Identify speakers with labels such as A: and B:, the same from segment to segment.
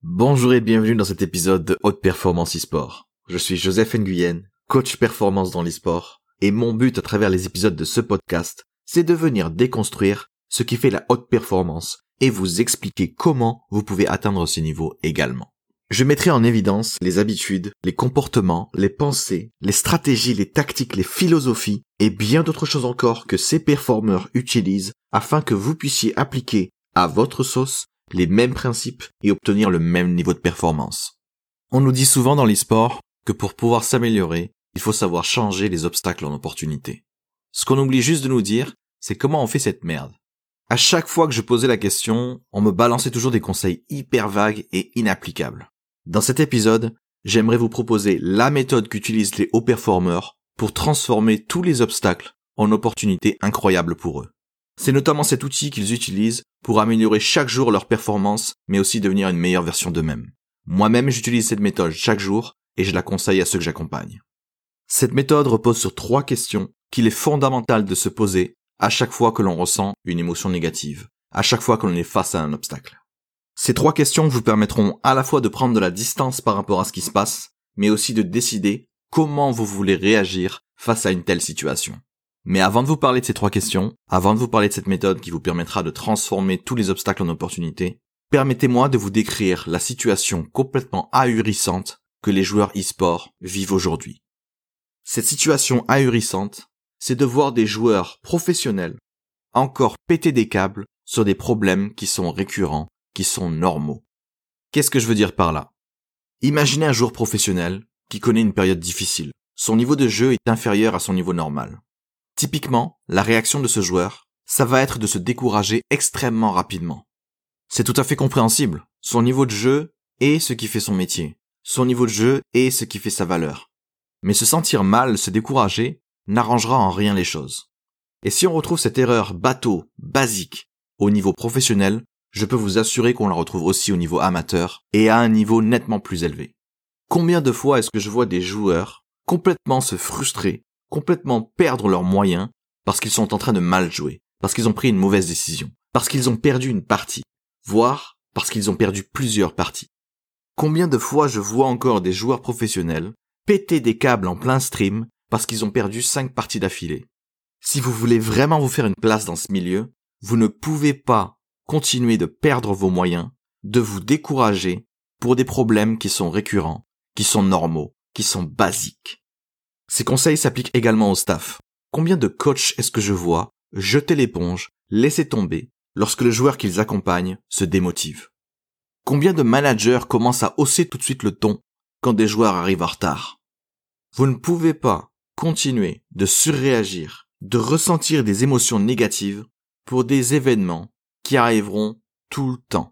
A: Bonjour et bienvenue dans cet épisode de Haute Performance eSport. Je suis Joseph Nguyen, coach performance dans l'eSport, et mon but à travers les épisodes de ce podcast, c'est de venir déconstruire ce qui fait la haute performance et vous expliquer comment vous pouvez atteindre ce niveau également. Je mettrai en évidence les habitudes, les comportements, les pensées, les stratégies, les tactiques, les philosophies et bien d'autres choses encore que ces performeurs utilisent afin que vous puissiez appliquer à votre sauce les mêmes principes et obtenir le même niveau de performance. On nous dit souvent dans l'e-sport que pour pouvoir s'améliorer, il faut savoir changer les obstacles en opportunités. Ce qu'on oublie juste de nous dire, c'est comment on fait cette merde. À chaque fois que je posais la question, on me balançait toujours des conseils hyper vagues et inapplicables. Dans cet épisode, j'aimerais vous proposer la méthode qu'utilisent les hauts performeurs pour transformer tous les obstacles en opportunités incroyables pour eux. C'est notamment cet outil qu'ils utilisent pour améliorer chaque jour leur performance, mais aussi devenir une meilleure version d'eux-mêmes. Moi-même, j'utilise cette méthode chaque jour et je la conseille à ceux que j'accompagne. Cette méthode repose sur 3 questions qu'il est fondamental de se poser à chaque fois que l'on ressent une émotion négative, à chaque fois que l'on est face à un obstacle. Ces 3 questions vous permettront à la fois de prendre de la distance par rapport à ce qui se passe, mais aussi de décider comment vous voulez réagir face à une telle situation. Mais avant de vous parler de ces 3 questions, avant de vous parler de cette méthode qui vous permettra de transformer tous les obstacles en opportunités, permettez-moi de vous décrire la situation complètement ahurissante que les joueurs e-sport vivent aujourd'hui. Cette situation ahurissante, c'est de voir des joueurs professionnels encore péter des câbles sur des problèmes qui sont récurrents, qui sont normaux. Qu'est-ce que je veux dire par là ? Imaginez un joueur professionnel qui connaît une période difficile. Son niveau de jeu est inférieur à son niveau normal. Typiquement, la réaction de ce joueur, ça va être de se décourager extrêmement rapidement. C'est tout à fait compréhensible. Son niveau de jeu est ce qui fait son métier. Son niveau de jeu est ce qui fait sa valeur. Mais se sentir mal, se décourager, n'arrangera en rien les choses. Et si on retrouve cette erreur bateau, basique, au niveau professionnel, je peux vous assurer qu'on la retrouve aussi au niveau amateur et à un niveau nettement plus élevé. Combien de fois est-ce que je vois des joueurs complètement se frustrer, complètement perdre leurs moyens parce qu'ils sont en train de mal jouer, parce qu'ils ont pris une mauvaise décision, parce qu'ils ont perdu une partie, voire parce qu'ils ont perdu plusieurs parties. Combien de fois je vois encore des joueurs professionnels péter des câbles en plein stream parce qu'ils ont perdu 5 parties d'affilée. Si vous voulez vraiment vous faire une place dans ce milieu, vous ne pouvez pas continuer de perdre vos moyens, de vous décourager pour des problèmes qui sont récurrents, qui sont normaux, qui sont basiques. Ces conseils s'appliquent également au staff. Combien de coachs est-ce que je vois jeter l'éponge, laisser tomber, lorsque le joueur qu'ils accompagnent se démotive ? Combien de managers commencent à hausser tout de suite le ton quand des joueurs arrivent en retard ? Vous ne pouvez pas continuer de surréagir, de ressentir des émotions négatives pour des événements qui arriveront tout le temps.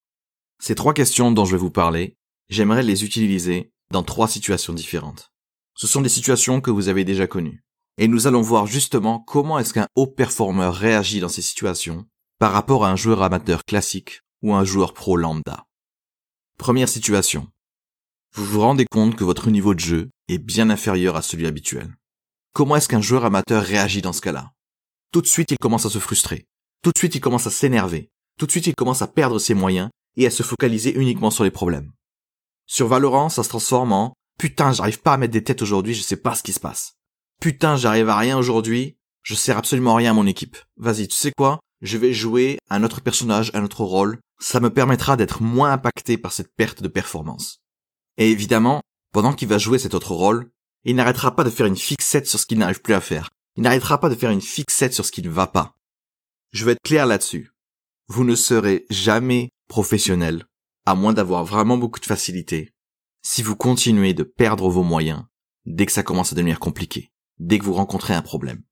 A: Ces 3 questions dont je vais vous parler, j'aimerais les utiliser dans 3 situations différentes. Ce sont des situations que vous avez déjà connues. Et nous allons voir justement comment est-ce qu'un haut performeur réagit dans ces situations par rapport à un joueur amateur classique ou un joueur pro lambda. Première situation. Vous vous rendez compte que votre niveau de jeu est bien inférieur à celui habituel. Comment est-ce qu'un joueur amateur réagit dans ce cas-là ? Tout de suite, il commence à se frustrer. Tout de suite, il commence à s'énerver. Tout de suite, il commence à perdre ses moyens et à se focaliser uniquement sur les problèmes. Sur Valorant, ça se transforme en « Putain, j'arrive pas à mettre des têtes aujourd'hui, je sais pas ce qui se passe. Putain, j'arrive à rien aujourd'hui, je sers absolument rien à mon équipe. Vas-y, tu sais quoi ? Je vais jouer un autre personnage, un autre rôle. Ça me permettra d'être moins impacté par cette perte de performance. » Et évidemment, pendant qu'il va jouer cet autre rôle, il n'arrêtera pas de faire une fixette sur ce qu'il n'arrive plus à faire. Il n'arrêtera pas de faire une fixette sur ce qui ne va pas. Je vais être clair là-dessus. Vous ne serez jamais professionnel, à moins d'avoir vraiment beaucoup de facilité, si vous continuez de perdre vos moyens dès que ça commence à devenir compliqué, dès que vous rencontrez un problème.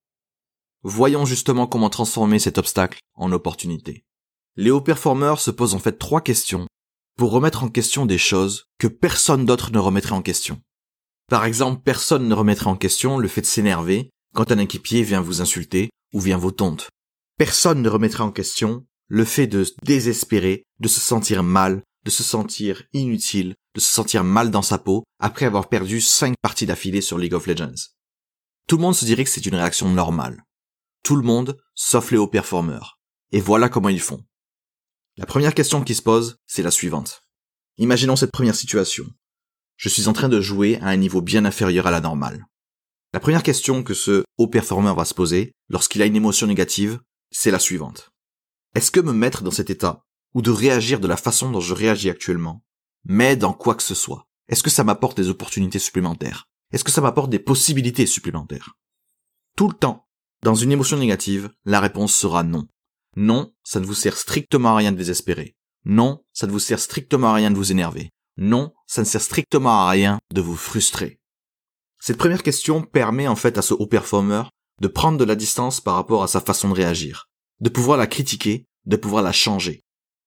A: Voyons justement comment transformer cet obstacle en opportunité. Les hauts performeurs se posent en fait 3 questions pour remettre en question des choses que personne d'autre ne remettrait en question. Par exemple, personne ne remettrait en question le fait de s'énerver quand un équipier vient vous insulter ou vient vous tonte. Personne ne remettrait en question le fait de se désespérer, de se sentir mal, de se sentir inutile, de se sentir mal dans sa peau après avoir perdu 5 parties d'affilée sur League of Legends. Tout le monde se dirait que c'est une réaction normale. Tout le monde, sauf les hauts performeurs. Et voilà comment ils font. La première question qui se pose, c'est la suivante. Imaginons cette première situation. Je suis en train de jouer à un niveau bien inférieur à la normale. La première question que ce haut performeur va se poser lorsqu'il a une émotion négative, c'est la suivante. Est-ce que me mettre dans cet état, ou de réagir de la façon dont je réagis actuellement, m'aide en quoi que ce soit? Est-ce que ça m'apporte des opportunités supplémentaires? Est-ce que ça m'apporte des possibilités supplémentaires? Tout le temps, dans une émotion négative, la réponse sera non. Non, ça ne vous sert strictement à rien de désespérer. Non, ça ne vous sert strictement à rien de vous énerver. Non, ça ne sert strictement à rien de vous frustrer. Cette première question permet en fait à ce haut performeur de prendre de la distance par rapport à sa façon de réagir, de pouvoir la critiquer, de pouvoir la changer.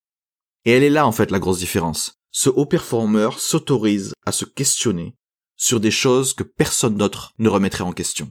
A: Et elle est là en fait la grosse différence. Ce haut performeur s'autorise à se questionner sur des choses que personne d'autre ne remettrait en question.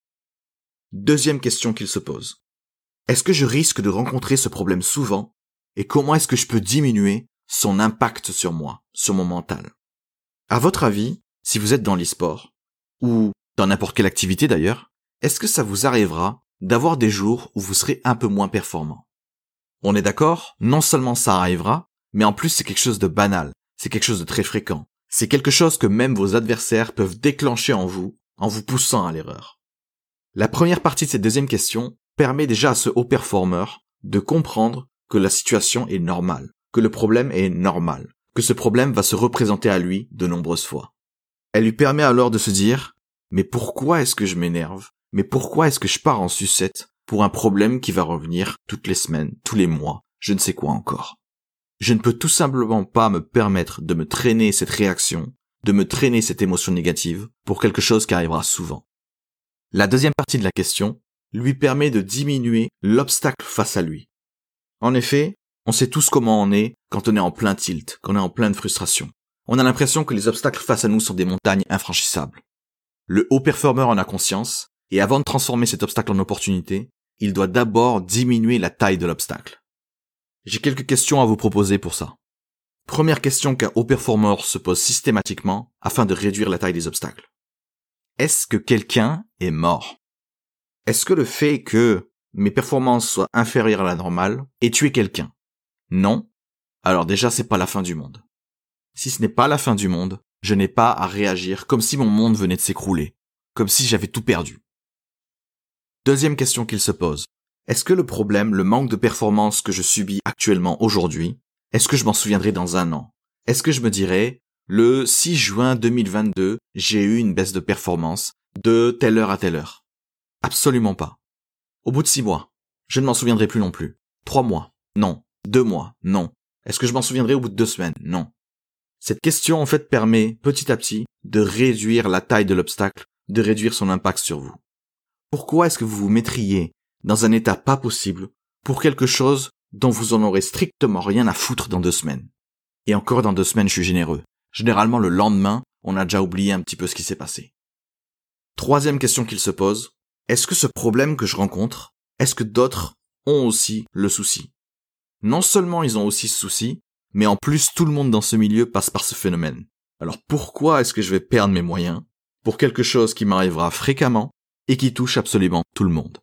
A: Deuxième question qu'il se pose. Est-ce que je risque de rencontrer ce problème souvent et comment est-ce que je peux diminuer son impact sur moi, sur mon mental? À votre avis, si vous êtes dans l'e-sport, ou dans n'importe quelle activité d'ailleurs, est-ce que ça vous arrivera d'avoir des jours où vous serez un peu moins performant? On est d'accord, non seulement ça arrivera, mais en plus c'est quelque chose de banal, c'est quelque chose de très fréquent. C'est quelque chose que même vos adversaires peuvent déclencher en vous poussant à l'erreur. La première partie de cette deuxième question permet déjà à ce haut performeur de comprendre que la situation est normale, que le problème est normal, que ce problème va se représenter à lui de nombreuses fois. Elle lui permet alors de se dire « Mais pourquoi est-ce que je m'énerve ? Mais pourquoi est-ce que je pars en sucette pour un problème qui va revenir toutes les semaines, tous les mois, je ne sais quoi encore ? Je ne peux tout simplement pas me permettre de me traîner cette réaction, de me traîner cette émotion négative pour quelque chose qui arrivera souvent. » La deuxième partie de la question lui permet de diminuer l'obstacle face à lui. En effet, on sait tous comment on est quand on est en plein tilt, quand on est en pleine frustration. On a l'impression que les obstacles face à nous sont des montagnes infranchissables. Le haut performeur en a conscience, et avant de transformer cet obstacle en opportunité, il doit d'abord diminuer la taille de l'obstacle. J'ai quelques questions à vous proposer pour ça. Première question qu'un haut performeur se pose systématiquement afin de réduire la taille des obstacles. Est-ce que quelqu'un est mort? Est-ce que le fait que mes performances soient inférieures à la normale ait tué quelqu'un? Non. Alors déjà, c'est pas la fin du monde. Si ce n'est pas la fin du monde, je n'ai pas à réagir comme si mon monde venait de s'écrouler, comme si j'avais tout perdu. Deuxième question qu'il se pose. Est-ce que le problème, le manque de performance que je subis actuellement aujourd'hui, est-ce que je m'en souviendrai dans un an? Est-ce que je me dirai, le 6 juin 2022, j'ai eu une baisse de performance de telle heure à telle heure? Absolument pas. Au bout de 6 mois, je ne m'en souviendrai plus non plus. 3 mois? Non. 2 mois? Non. Est-ce que je m'en souviendrai au bout de 2 semaines? Non. Cette question en fait permet petit à petit de réduire la taille de l'obstacle, de réduire son impact sur vous. Pourquoi est-ce que vous vous mettriez dans un état pas possible pour quelque chose dont vous en aurez strictement rien à foutre dans 2 semaines? Et encore dans 2 semaines, je suis généreux. Généralement, le lendemain, on a déjà oublié un petit peu ce qui s'est passé. Troisième question qu'il se pose. Est-ce que ce problème que je rencontre, est-ce que d'autres ont aussi le souci? Non seulement ils ont aussi ce souci, mais en plus tout le monde dans ce milieu passe par ce phénomène. Alors pourquoi est-ce que je vais perdre mes moyens pour quelque chose qui m'arrivera fréquemment et qui touche absolument tout le monde?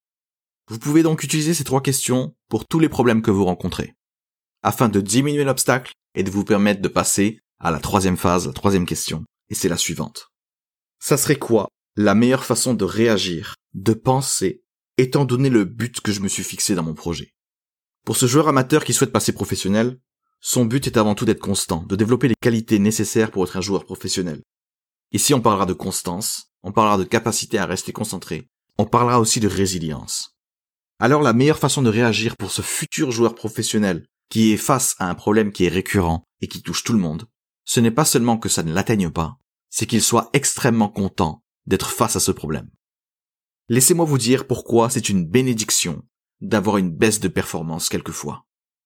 A: Vous pouvez donc utiliser ces 3 questions pour tous les problèmes que vous rencontrez, afin de diminuer l'obstacle et de vous permettre de passer à la 3e phase, la 3e question, et c'est la suivante. Ça serait quoi la meilleure façon de réagir, de penser, étant donné le but que je me suis fixé dans mon projet? Pour ce joueur amateur qui souhaite passer professionnel, son but est avant tout d'être constant, de développer les qualités nécessaires pour être un joueur professionnel. Ici, on parlera de constance, on parlera de capacité à rester concentré, on parlera aussi de résilience. Alors la meilleure façon de réagir pour ce futur joueur professionnel qui est face à un problème qui est récurrent et qui touche tout le monde, ce n'est pas seulement que ça ne l'atteigne pas, c'est qu'il soit extrêmement content d'être face à ce problème. Laissez-moi vous dire pourquoi c'est une bénédiction d'avoir une baisse de performance quelquefois.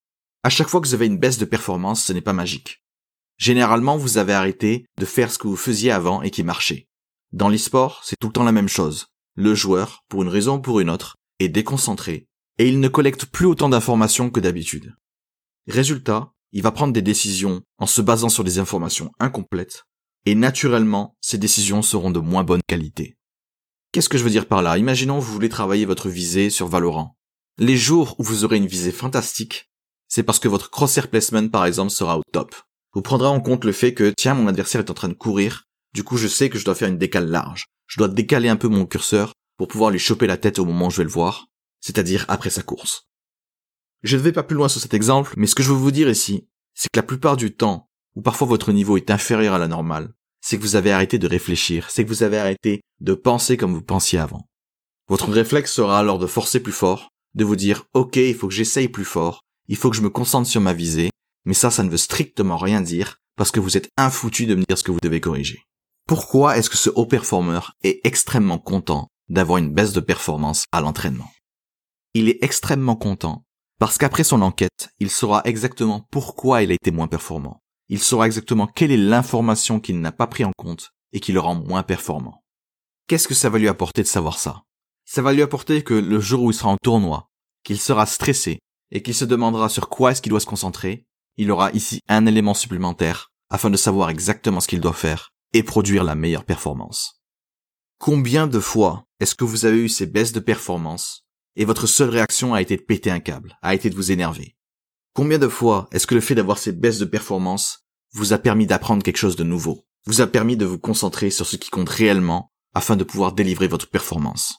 A: À chaque fois que vous avez une baisse de performance, ce n'est pas magique. Généralement, vous avez arrêté de faire ce que vous faisiez avant et qui marchait. Dans l'e-sport, c'est tout le temps la même chose. Le joueur, pour une raison ou pour une autre, est déconcentré et il ne collecte plus autant d'informations que d'habitude. Résultat, il va prendre des décisions en se basant sur des informations incomplètes et naturellement, ces décisions seront de moins bonne qualité. Qu'est-ce que je veux dire par là? Imaginons que vous voulez travailler votre visée sur Valorant. Les jours où vous aurez une visée fantastique, c'est parce que votre crosshair placement par exemple sera au top. Vous prendrez en compte le fait que, tiens, mon adversaire est en train de courir, du coup je sais que je dois faire une décale large. Je dois décaler un peu mon curseur pour pouvoir lui choper la tête au moment où je vais le voir, c'est-à-dire après sa course. Je ne vais pas plus loin sur cet exemple, mais ce que je veux vous dire ici, c'est que la plupart du temps, où parfois votre niveau est inférieur à la normale, c'est que vous avez arrêté de réfléchir, c'est que vous avez arrêté de penser comme vous pensiez avant. Votre réflexe sera alors de forcer plus fort, de vous dire « Ok, il faut que j'essaye plus fort, il faut que je me concentre sur ma visée », mais ça ne veut strictement rien dire parce que vous êtes infoutu de me dire ce que vous devez corriger. Pourquoi est-ce que ce haut performeur est extrêmement content d'avoir une baisse de performance à l'entraînement? Il est extrêmement content parce qu'après son enquête, il saura exactement pourquoi il a été moins performant. Il saura exactement quelle est l'information qu'il n'a pas pris en compte et qui le rend moins performant. Qu'est-ce que ça va lui apporter de savoir ça? Ça va lui apporter que le jour où il sera en tournoi, qu'il sera stressé et qu'il se demandera sur quoi est-ce qu'il doit se concentrer, il aura ici un élément supplémentaire afin de savoir exactement ce qu'il doit faire et produire la meilleure performance. Combien de fois est-ce que vous avez eu ces baisses de performance et votre seule réaction a été de péter un câble, a été de vous énerver? Combien de fois est-ce que le fait d'avoir ces baisses de performance vous a permis d'apprendre quelque chose de nouveau, vous a permis de vous concentrer sur ce qui compte réellement afin de pouvoir délivrer votre performance?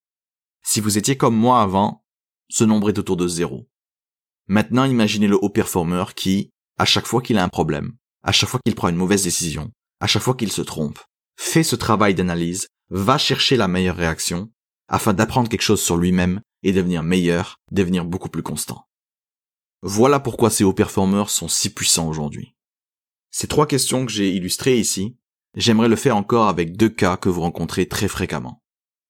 A: Si vous étiez comme moi avant, ce nombre est autour de 0. Maintenant, imaginez le haut performeur qui, à chaque fois qu'il a un problème, à chaque fois qu'il prend une mauvaise décision, à chaque fois qu'il se trompe, fait ce travail d'analyse, va chercher la meilleure réaction afin d'apprendre quelque chose sur lui-même et devenir meilleur, devenir beaucoup plus constant. Voilà pourquoi ces hauts performeurs sont si puissants aujourd'hui. Ces 3 questions que j'ai illustrées ici, j'aimerais le faire encore avec 2 cas que vous rencontrez très fréquemment.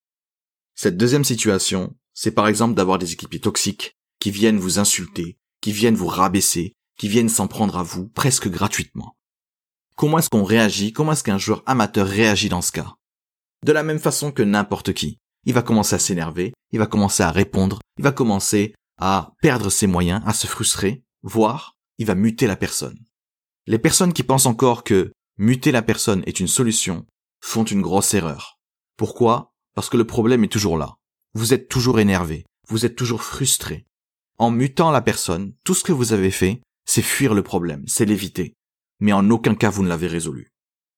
A: Cette deuxième situation, c'est par exemple d'avoir des équipiers toxiques qui viennent vous insulter, qui viennent vous rabaisser, qui viennent s'en prendre à vous presque gratuitement. Comment est-ce qu'on réagit? Comment est-ce qu'un joueur amateur réagit dans ce cas? De la même façon que n'importe qui. Il va commencer à s'énerver, il va commencer à répondre, il va commencer à perdre ses moyens, à se frustrer, voire il va muter la personne. Les personnes qui pensent encore que muter la personne est une solution font une grosse erreur. Pourquoi? Parce que le problème est toujours là. Vous êtes toujours énervé, vous êtes toujours frustré. En mutant la personne, tout ce que vous avez fait, c'est fuir le problème, c'est l'éviter. Mais en aucun cas vous ne l'avez résolu.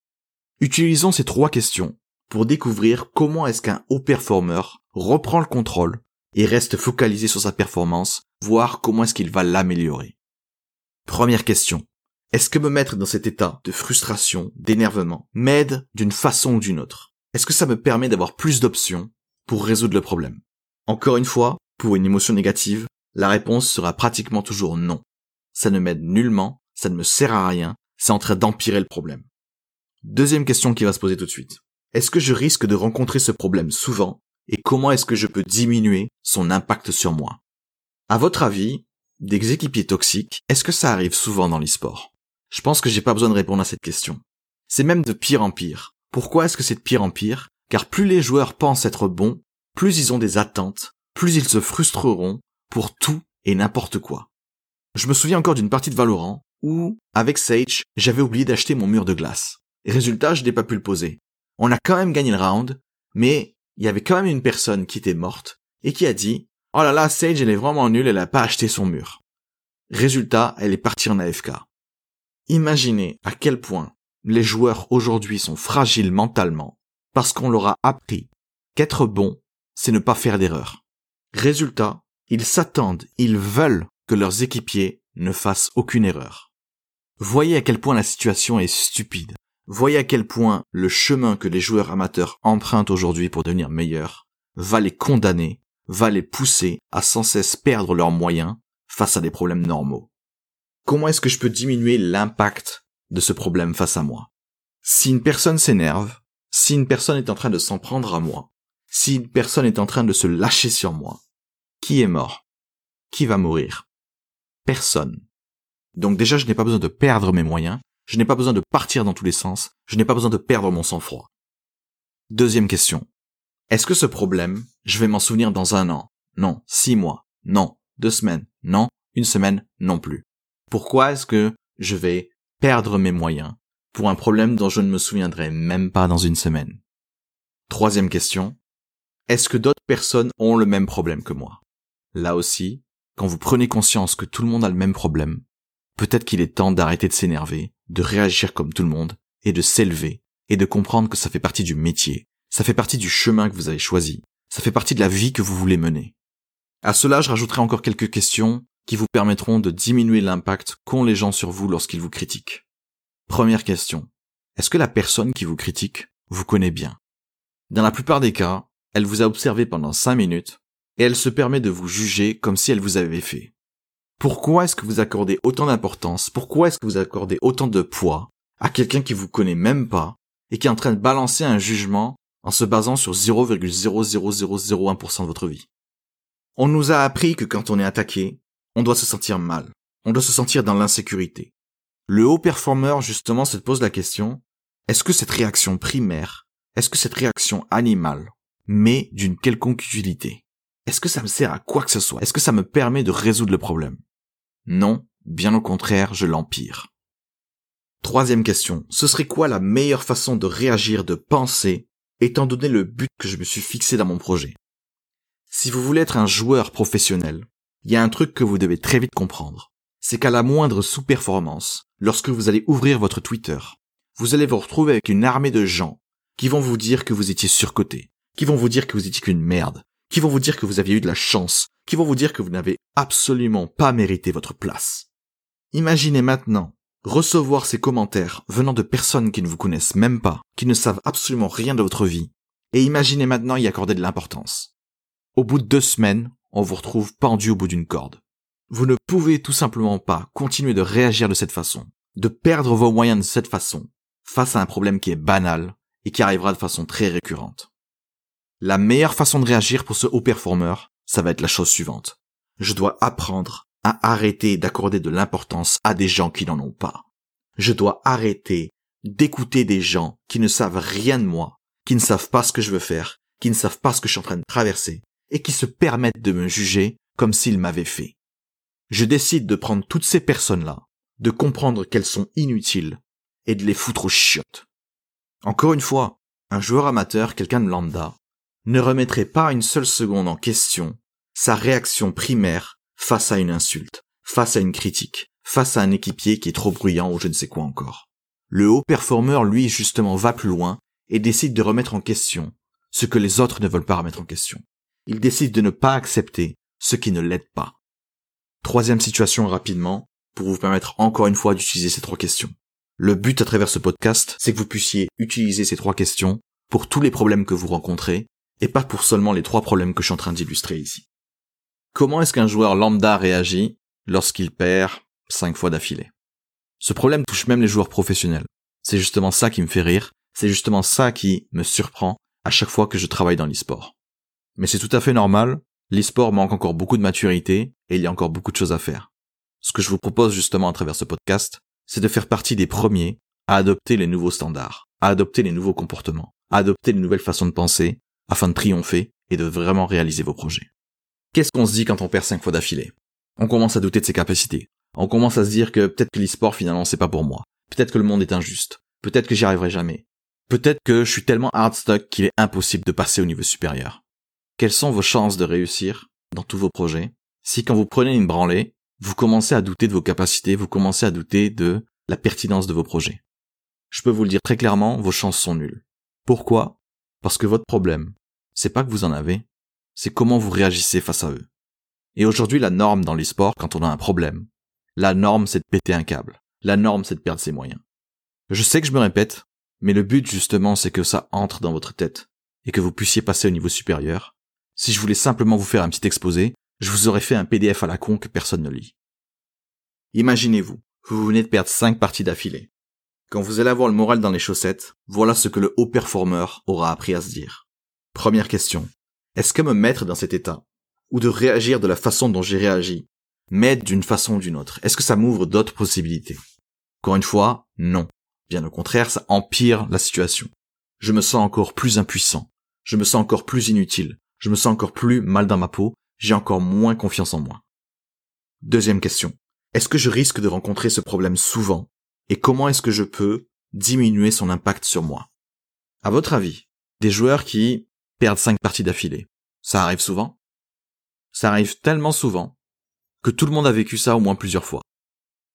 A: Utilisons ces 3 questions pour découvrir comment est-ce qu'un haut performeur reprend le contrôle et reste focalisé sur sa performance, voir comment est-ce qu'il va l'améliorer. Première question. Est-ce que me mettre dans cet état de frustration, d'énervement, m'aide d'une façon ou d'une autre? Est-ce que ça me permet d'avoir plus d'options pour résoudre le problème? Encore une fois, pour une émotion négative, la réponse sera pratiquement toujours non. Ça ne m'aide nullement, ça ne me sert à rien, c'est en train d'empirer le problème. Deuxième question qui va se poser tout de suite. Est-ce que je risque de rencontrer ce problème souvent et comment est-ce que je peux diminuer son impact sur moi? À votre avis, des équipiers toxiques, est-ce que ça arrive souvent dans l'e-sport? Je pense que j'ai pas besoin de répondre à cette question. C'est même de pire en pire. Pourquoi est-ce que c'est de pire en pire? Car plus les joueurs pensent être bons, plus ils ont des attentes, plus ils se frustreront pour tout et n'importe quoi. Je me souviens encore d'une partie de Valorant où, avec Sage, j'avais oublié d'acheter mon mur de glace. Et résultat, je n'ai pas pu le poser. On a quand même gagné le round, mais il y avait quand même une personne qui était morte et qui a dit « Oh là là, Sage, elle est vraiment nulle, elle a pas acheté son mur. » Résultat, elle est partie en AFK. Imaginez à quel point les joueurs aujourd'hui sont fragiles mentalement parce qu'on leur a appris qu'être bon, c'est ne pas faire d'erreur. Résultat, ils s'attendent, ils veulent que leurs équipiers ne fassent aucune erreur. Voyez à quel point la situation est stupide. Voyez à quel point le chemin que les joueurs amateurs empruntent aujourd'hui pour devenir meilleurs va les condamner, va les pousser à sans cesse perdre leurs moyens face à des problèmes normaux. Comment est-ce que je peux diminuer l'impact de ce problème face à moi? Si une personne s'énerve, si une personne est en train de s'en prendre à moi, si une personne est en train de se lâcher sur moi, qui est mort? Qui va mourir? Personne. Donc déjà, je n'ai pas besoin de perdre mes moyens, je n'ai pas besoin de partir dans tous les sens, je n'ai pas besoin de perdre mon sang-froid. Deuxième question. Est-ce que ce problème, je vais m'en souvenir dans 1 an? Non. 6 mois? Non. 2 semaines? Non. 1 semaine? Non plus. Pourquoi est-ce que je vais perdre mes moyens pour un problème dont je ne me souviendrai même pas dans 1 semaine? Troisième question. Est-ce que d'autres personnes ont le même problème que moi? Là aussi, quand vous prenez conscience que tout le monde a le même problème, peut-être qu'il est temps d'arrêter de s'énerver, de réagir comme tout le monde, et de s'élever, et de comprendre que ça fait partie du métier, ça fait partie du chemin que vous avez choisi, ça fait partie de la vie que vous voulez mener. À cela, je rajouterai encore quelques questions qui vous permettront de diminuer l'impact qu'ont les gens sur vous lorsqu'ils vous critiquent. Première question. Est-ce que la personne qui vous critique vous connaît bien? Dans la plupart des cas, elle vous a observé pendant 5 minutes et elle se permet de vous juger comme si elle vous avait fait. Pourquoi est-ce que vous accordez autant d'importance, pourquoi est-ce que vous accordez autant de poids à quelqu'un qui vous connaît même pas et qui est en train de balancer un jugement en se basant sur 0,00001% de votre vie? On nous a appris que quand on est attaqué, on doit se sentir mal, on doit se sentir dans l'insécurité. Le haut performeur, justement, se pose la question, est-ce que cette réaction primaire, est-ce que cette réaction animale m'est d'une quelconque utilité? Est-ce que ça me sert à quoi que ce soit? Est-ce que ça me permet de résoudre le problème? Non, bien au contraire, je l'empire. Troisième question, ce serait quoi la meilleure façon de réagir, de penser, étant donné le but que je me suis fixé dans mon projet? Si vous voulez être un joueur professionnel, il y a un truc que vous devez très vite comprendre. C'est qu'à la moindre sous-performance, lorsque vous allez ouvrir votre Twitter, vous allez vous retrouver avec une armée de gens qui vont vous dire que vous étiez surcoté, qui vont vous dire que vous étiez qu'une merde, qui vont vous dire que vous aviez eu de la chance, qui vont vous dire que vous n'avez absolument pas mérité votre place. Imaginez maintenant recevoir ces commentaires venant de personnes qui ne vous connaissent même pas, qui ne savent absolument rien de votre vie, et imaginez maintenant y accorder de l'importance. Au bout de 2 semaines, on vous retrouve pendu au bout d'une corde. Vous ne pouvez tout simplement pas continuer de réagir de cette façon, de perdre vos moyens de cette façon, face à un problème qui est banal et qui arrivera de façon très récurrente. La meilleure façon de réagir pour ce haut performeur, ça va être la chose suivante. Je dois apprendre à arrêter d'accorder de l'importance à des gens qui n'en ont pas. Je dois arrêter d'écouter des gens qui ne savent rien de moi, qui ne savent pas ce que je veux faire, qui ne savent pas ce que je suis en train de traverser, et qui se permettent de me juger comme s'ils m'avaient fait. Je décide de prendre toutes ces personnes-là, de comprendre qu'elles sont inutiles, et de les foutre aux chiottes. Encore une fois, un joueur amateur, quelqu'un de lambda, ne remettrait pas une seule seconde en question sa réaction primaire face à une insulte, face à une critique, face à un équipier qui est trop bruyant ou je ne sais quoi encore. Le haut performeur, lui, justement, va plus loin et décide de remettre en question ce que les autres ne veulent pas remettre en question. Il décide de ne pas accepter ce qui ne l'aide pas. Troisième situation rapidement, pour vous permettre encore une fois d'utiliser ces 3 questions. Le but à travers ce podcast, c'est que vous puissiez utiliser ces 3 questions pour tous les problèmes que vous rencontrez, et pas pour seulement les 3 problèmes que je suis en train d'illustrer ici. Comment est-ce qu'un joueur lambda réagit lorsqu'il perd 5 fois d'affilée? Ce problème touche même les joueurs professionnels. C'est justement ça qui me fait rire, c'est justement ça qui me surprend à chaque fois que je travaille dans l'e-sport. Mais c'est tout à fait normal, l'e-sport manque encore beaucoup de maturité et il y a encore beaucoup de choses à faire. Ce que je vous propose justement à travers ce podcast, c'est de faire partie des premiers à adopter les nouveaux standards, à adopter les nouveaux comportements, à adopter les nouvelles façons de penser, afin de triompher et de vraiment réaliser vos projets. Qu'est-ce qu'on se dit quand on perd 5 fois d'affilée? On commence à douter de ses capacités. On commence à se dire que peut-être que l'e-sport finalement c'est pas pour moi. Peut-être que le monde est injuste. Peut-être que j'y arriverai jamais. Peut-être que je suis tellement hardstuck qu'il est impossible de passer au niveau supérieur. Quelles sont vos chances de réussir dans tous vos projets si quand vous prenez une branlée, vous commencez à douter de vos capacités, vous commencez à douter de la pertinence de vos projets? Je peux vous le dire très clairement, vos chances sont nulles. Pourquoi? Parce que votre problème, c'est pas que vous en avez, c'est comment vous réagissez face à eux. Et aujourd'hui, la norme dans l'e-sport, quand on a un problème, la norme c'est de péter un câble. La norme c'est de perdre ses moyens. Je sais que je me répète, mais le but justement c'est que ça entre dans votre tête et que vous puissiez passer au niveau supérieur. Si je voulais simplement vous faire un petit exposé, je vous aurais fait un PDF à la con que personne ne lit. Imaginez-vous, vous venez de perdre 5 parties d'affilée. Quand vous allez avoir le moral dans les chaussettes, voilà ce que le haut performeur aura appris à se dire. Première question. Est-ce que me mettre dans cet état, ou de réagir de la façon dont j'ai réagi, m'aide d'une façon ou d'une autre? Est-ce que ça m'ouvre d'autres possibilités? Encore une fois, non. Bien au contraire, ça empire la situation. Je me sens encore plus impuissant. Je me sens encore plus inutile. Je me sens encore plus mal dans ma peau. J'ai encore moins confiance en moi. Deuxième question. Est-ce que je risque de rencontrer ce problème souvent? Et comment est-ce que je peux diminuer son impact sur moi? À votre avis, des joueurs qui perdent 5 parties d'affilée, ça arrive souvent? Ça arrive tellement souvent que tout le monde a vécu ça au moins plusieurs fois.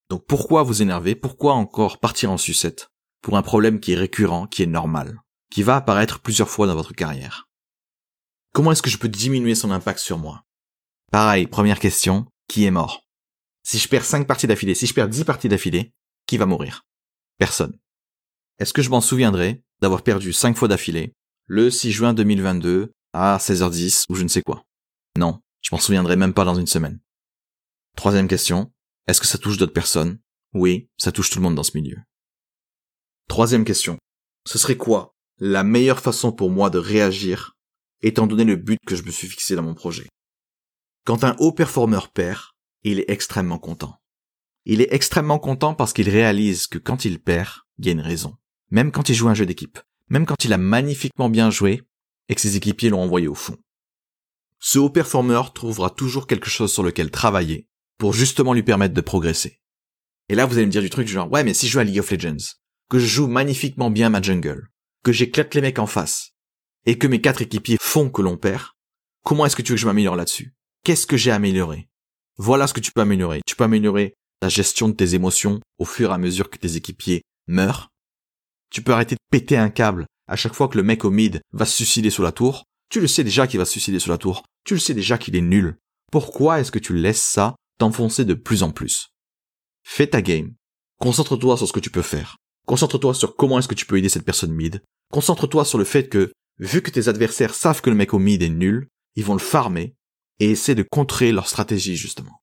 A: Donc pourquoi vous énerver? Pourquoi encore partir en sucette pour un problème qui est récurrent, qui est normal, qui va apparaître plusieurs fois dans votre carrière? Comment est-ce que je peux diminuer son impact sur moi? Pareil, première question, qui est mort? Si je perds 5 parties d'affilée, si je perds 10 parties d'affilée, qui va mourir? Personne. Est-ce que je m'en souviendrai d'avoir perdu 5 fois d'affilée le 6 juin 2022 à 16h10 ou je ne sais quoi? Non, je m'en souviendrai même pas dans une semaine. Troisième question, est-ce que ça touche d'autres personnes? Oui, ça touche tout le monde dans ce milieu. Troisième question, ce serait quoi la meilleure façon pour moi de réagir étant donné le but que je me suis fixé dans mon projet? Quand un haut performeur perd, il est extrêmement content. Il est extrêmement content parce qu'il réalise que quand il perd, il y a une raison. Même quand il joue un jeu d'équipe, même quand il a magnifiquement bien joué et que ses équipiers l'ont envoyé au fond. Ce haut performeur trouvera toujours quelque chose sur lequel travailler pour justement lui permettre de progresser. Et là, vous allez me dire du truc du genre, ouais, mais si je joue à League of Legends, que je joue magnifiquement bien ma jungle, que j'éclate les mecs en face, et que mes 4 équipiers font que l'on perd, comment est-ce que tu veux que je m'améliore là-dessus? Qu'est-ce que j'ai amélioré? Voilà ce que tu peux améliorer. Tu peux améliorer ta gestion de tes émotions au fur et à mesure que tes équipiers meurent. Tu peux arrêter de péter un câble à chaque fois que le mec au mid va se suicider sur la tour. Tu le sais déjà qu'il va se suicider sur la tour. Tu le sais déjà qu'il est nul. Pourquoi est-ce que tu laisses ça t'enfoncer de plus en plus? Fais ta game. Concentre-toi sur ce que tu peux faire. Concentre-toi sur comment est-ce que tu peux aider cette personne mid. Concentre-toi sur le fait que, vu que tes adversaires savent que le mec au mid est nul, ils vont le farmer et essaie de contrer leur stratégie, justement.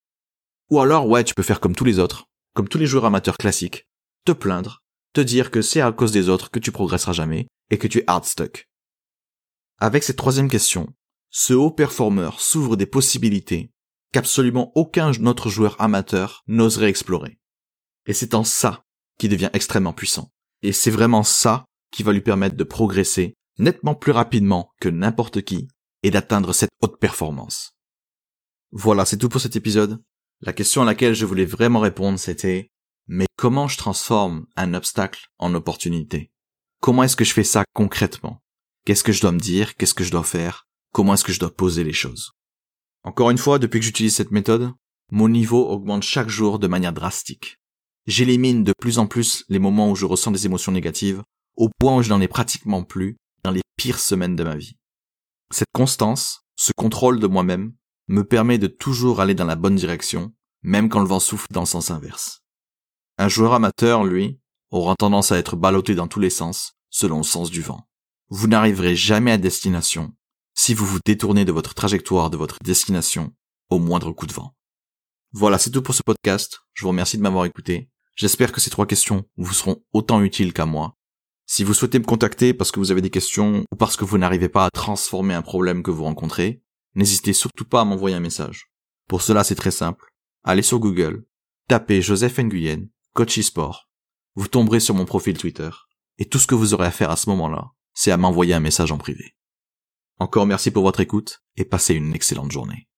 A: Ou alors, ouais, tu peux faire comme tous les autres, comme tous les joueurs amateurs classiques, te plaindre, te dire que c'est à cause des autres que tu progresseras jamais et que tu es hard stuck. Avec cette troisième question, ce haut performeur s'ouvre des possibilités qu'absolument aucun autre joueur amateur n'oserait explorer. Et c'est en ça qu'il devient extrêmement puissant. Et c'est vraiment ça qui va lui permettre de progresser nettement plus rapidement que n'importe qui et d'atteindre cette haute performance. Voilà, c'est tout pour cet épisode. La question à laquelle je voulais vraiment répondre, c'était « Mais comment je transforme un obstacle en opportunité? Comment est-ce que je fais ça concrètement? Qu'est-ce que je dois me dire? Qu'est-ce que je dois faire? Comment est-ce que je dois poser les choses ?» Encore une fois, depuis que j'utilise cette méthode, mon niveau augmente chaque jour de manière drastique. J'élimine de plus en plus les moments où je ressens des émotions négatives, au point où je n'en ai pratiquement plus dans les pires semaines de ma vie. Cette constance, ce contrôle de moi-même, me permet de toujours aller dans la bonne direction, même quand le vent souffle dans le sens inverse. Un joueur amateur, lui, aura tendance à être ballotté dans tous les sens, selon le sens du vent. Vous n'arriverez jamais à destination si vous vous détournez de votre trajectoire, de votre destination, au moindre coup de vent. Voilà, c'est tout pour ce podcast. Je vous remercie de m'avoir écouté. J'espère que ces 3 questions vous seront autant utiles qu'à moi. Si vous souhaitez me contacter parce que vous avez des questions ou parce que vous n'arrivez pas à transformer un problème que vous rencontrez, n'hésitez surtout pas à m'envoyer un message. Pour cela, c'est très simple. Allez sur Google, tapez Joseph Nguyen, coach e-sport. Vous tomberez sur mon profil Twitter. Et tout ce que vous aurez à faire à ce moment-là, c'est à m'envoyer un message en privé. Encore merci pour votre écoute et passez une excellente journée.